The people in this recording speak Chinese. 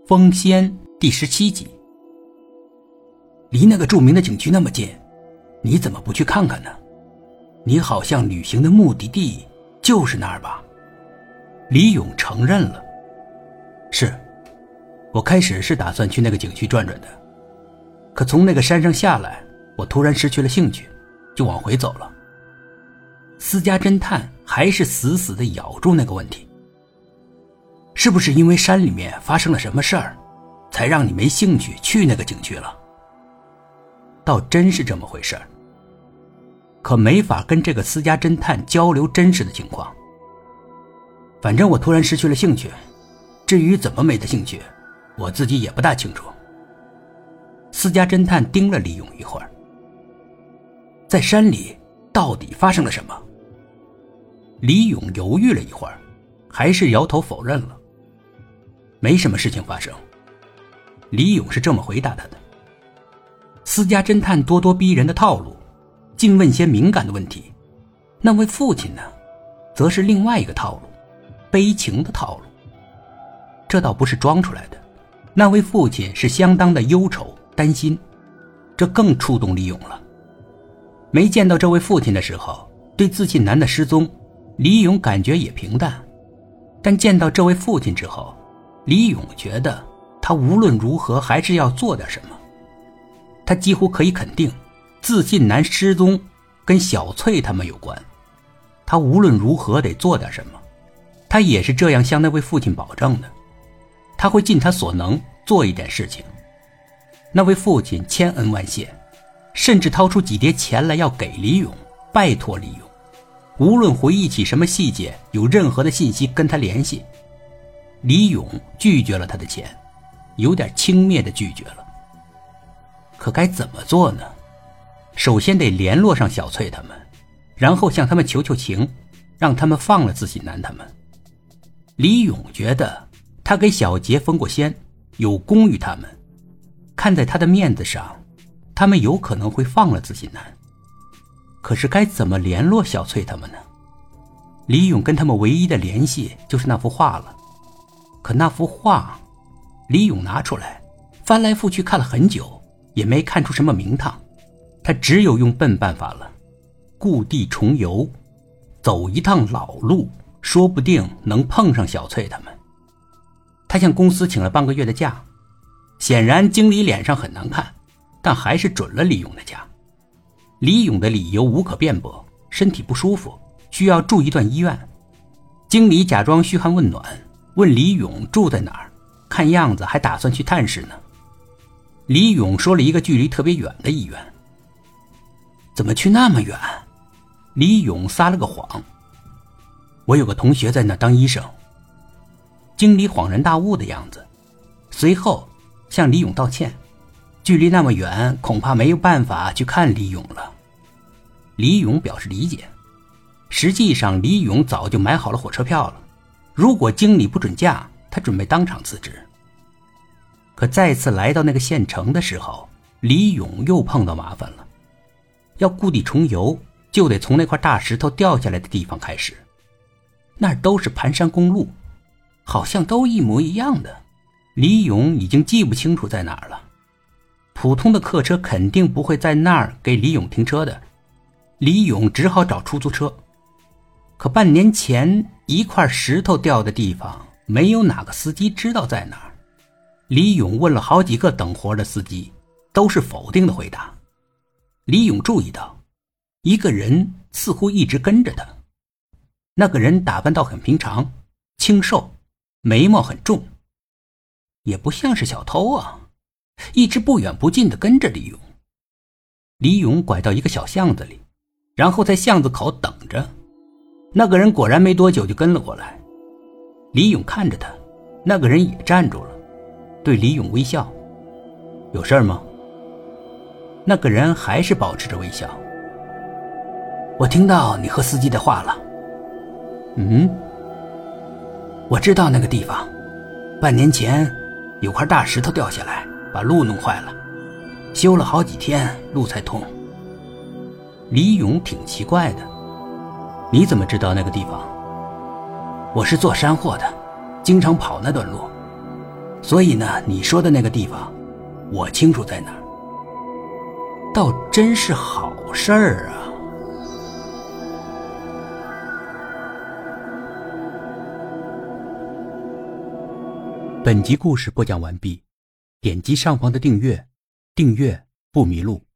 风仙第17集。离那个著名的景区那么近，你怎么不去看看呢？你好像旅行的目的地就是那儿吧？李勇承认了。是，我开始是打算去那个景区转转的，可从那个山上下来，我突然失去了兴趣，就往回走了。私家侦探还是死死地咬住那个问题。是不是因为山里面发生了什么事儿，才让你没兴趣去那个景区了？倒真是这么回事儿，可没法跟这个私家侦探交流真实的情况。反正我突然失去了兴趣，至于怎么没的兴趣，我自己也不大清楚。私家侦探盯了李勇一会儿，在山里到底发生了什么？李勇犹豫了一会儿，还是摇头否认了。没什么事情发生。李勇是这么回答他的。私家侦探咄咄逼人的套路，尽问些敏感的问题。那位父亲呢，则是另外一个套路，悲情的套路。这倒不是装出来的，那位父亲是相当的忧愁担心，这更触动李勇了。没见到这位父亲的时候，对自信男的失踪，李勇感觉也平淡，但见到这位父亲之后，李勇觉得他无论如何还是要做点什么。他几乎可以肯定，自信男失踪跟小翠他们有关，他无论如何得做点什么。他也是这样向那位父亲保证的，他会尽他所能做一点事情。那位父亲千恩万谢，甚至掏出几叠钱来要给李勇，拜托李勇无论回忆起什么细节，有任何的信息跟他联系。李勇拒绝了他的钱，有点轻蔑地拒绝了。可该怎么做呢？首先得联络上小翠他们，然后向他们求求情，让他们放了自信男他们。李勇觉得他给小杰封过仙，有功于他们，看在他的面子上，他们有可能会放了自信男。可是该怎么联络小翠他们呢？李勇跟他们唯一的联系就是那幅画了。可那幅画，李勇拿出来翻来覆去看了很久，也没看出什么名堂。他只有用笨办法了，故地重游，走一趟老路，说不定能碰上小翠他们。他向公司请了半个月的假，显然经理脸上很难看，但还是准了李勇的假。李勇的理由无可辩驳，身体不舒服，需要住一段医院。经理假装嘘寒问暖，问李勇住在哪儿，看样子还打算去探视呢。李勇说了一个距离特别远的医院。怎么去那么远？李勇撒了个谎。我有个同学在那当医生。经理恍然大悟的样子，随后向李勇道歉，距离那么远，恐怕没有办法去看李勇了。李勇表示理解。实际上李勇早就买好了火车票了，如果经理不准假，他准备当场辞职。可再次来到那个县城的时候，李勇又碰到麻烦了。要故地重游，就得从那块大石头掉下来的地方开始。那儿都是盘山公路，好像都一模一样的。李勇已经记不清楚在哪儿了。普通的客车肯定不会在那儿给李勇停车的，李勇只好找出租车。可半年前一块石头掉的地方，没有哪个司机知道在哪儿。李勇问了好几个等活的司机，都是否定的回答。李勇注意到一个人似乎一直跟着他，那个人打扮倒很平常，清瘦，眉毛很重，也不像是小偷啊，一直不远不近地跟着李勇。李勇拐到一个小巷子里，然后在巷子口等着。那个人果然没多久就跟了过来。李勇看着他，那个人也站住了，对李勇微笑。有事吗？那个人还是保持着微笑。我听到你和司机的话了。我知道那个地方，半年前有块大石头掉下来，把路弄坏了，修了好几天路才通。李勇挺奇怪的，你怎么知道那个地方？我是做山货的，经常跑那段路， 所以呢，你说的那个地方，我清楚在哪儿。倒真是好事儿啊。本集故事播讲完毕，点击上方的订阅，订阅不迷路。